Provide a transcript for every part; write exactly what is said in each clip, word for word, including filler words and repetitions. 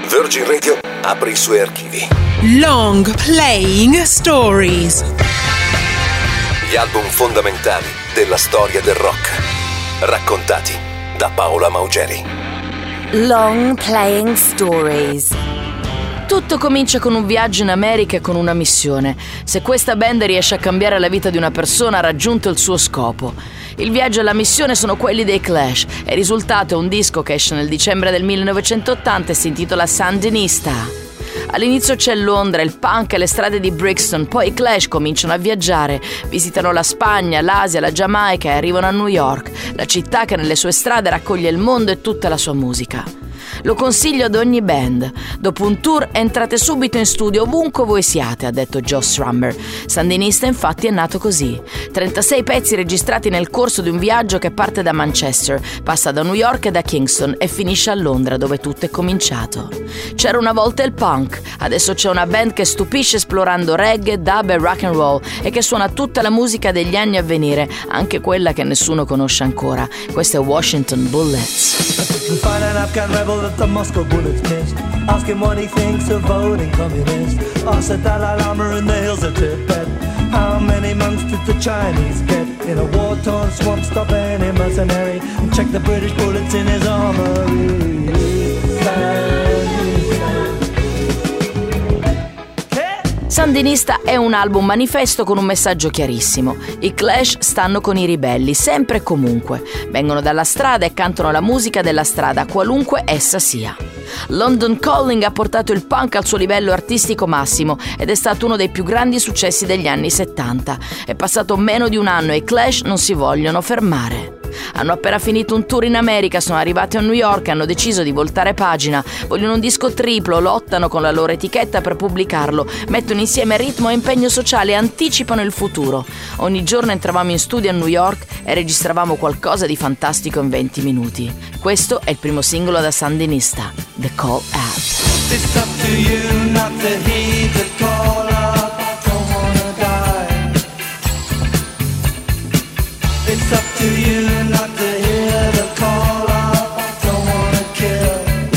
Virgin Radio apre i suoi archivi. Long Playing Stories. Gli album fondamentali della storia del rock, raccontati da Paola Maugeri. Long Playing Stories. Tutto comincia con un viaggio in America e con una missione. Se questa band riesce a cambiare la vita di una persona, ha raggiunto il suo scopo. Il viaggio e la missione sono quelli dei Clash e il risultato è un disco che esce nel dicembre del millenovecentottanta e si intitola Sandinista. All'inizio c'è Londra, il punk e le strade di Brixton, poi i Clash cominciano a viaggiare, visitano la Spagna, l'Asia, la Giamaica e arrivano a New York, la città che nelle sue strade raccoglie il mondo e tutta la sua musica. Lo consiglio ad ogni band. Dopo un tour entrate subito in studio ovunque voi siate, ha detto Joe Strummer. Sandinista infatti è nato così. trentasei pezzi registrati nel corso di un viaggio che parte da Manchester, passa da New York e da Kingston e finisce a Londra, dove tutto è cominciato. C'era una volta il punk, adesso c'è una band che stupisce esplorando reggae, dub e rock and roll e che suona tutta la musica degli anni a venire, anche quella che nessuno conosce ancora. Questo è Washington Bullets. That the Moscow bullets missed. Ask him what he thinks of voting communist. Ask the Dalai Lama in the hills of Tibet. How many monks did the Chinese get? In a war-torn swamp, stop any mercenary and check the British bullets in his armory. Sandinista è un album manifesto con un messaggio chiarissimo. I Clash stanno con i ribelli, sempre e comunque. Vengono dalla strada e cantano la musica della strada, qualunque essa sia. London Calling ha portato il punk al suo livello artistico massimo ed è stato uno dei più grandi successi degli anni settanta. È passato meno di un anno e i Clash non si vogliono fermare. Hanno appena finito un tour in America, sono arrivati a New York e hanno deciso di voltare pagina. Vogliono un disco triplo, lottano con la loro etichetta per pubblicarlo, mettono insieme ritmo e impegno sociale e anticipano il futuro. Ogni giorno entravamo in studio a New York e registravamo qualcosa di fantastico in venti minuti. Questo è il primo singolo da Sandinista, The Call Up. It's up to you not to heed the call up. I don't wanna die. It's up to you not to hear the call up. I don't wanna kill.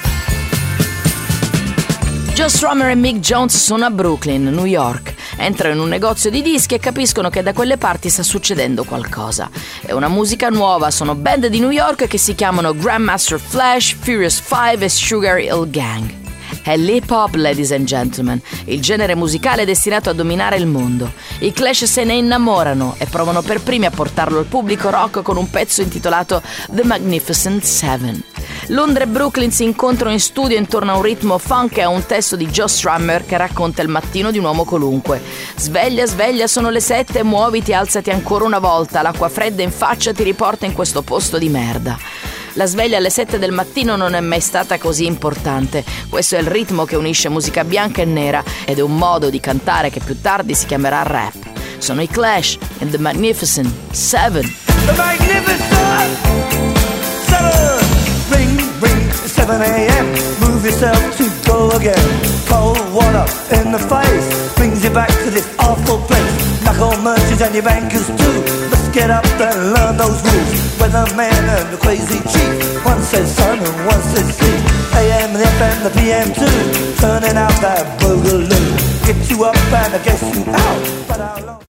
Joe Strummer e Mick Jones sono a Brooklyn, New York. Entrano in un negozio di dischi e capiscono che da quelle parti sta succedendo qualcosa. È una musica nuova, sono band di New York che si chiamano Grandmaster Flash, Furious Five e Sugar Hill Gang. È l'hip hop, ladies and gentlemen, il genere musicale destinato a dominare il mondo. I Clash se ne innamorano e provano per primi a portarlo al pubblico rock con un pezzo intitolato The Magnificent Seven. Londra e Brooklyn si incontrano in studio intorno a un ritmo funk e a un testo di Joe Strummer che racconta il mattino di un uomo qualunque. Sveglia, sveglia, sono le sette, muoviti, alzati ancora una volta, l'acqua fredda in faccia ti riporta in questo posto di merda. La sveglia alle sette del mattino non è mai stata così importante. Questo è il ritmo che unisce musica bianca e nera ed è un modo di cantare che più tardi si chiamerà rap. Sono i Clash and The Magnificent Seven. The Magnificent Seven. Ring, ring, seven a.m. Move yourself to go again. Cold water in the face brings you back to this awful place. Knuckle merchants and your bankers too. Let's get up and learn those rules. Weatherman and the crazy chief. One says sun and one says sleep. A M, the F M, the P M too. Turning out that boogaloo. Get you up and I guess you out. But how long?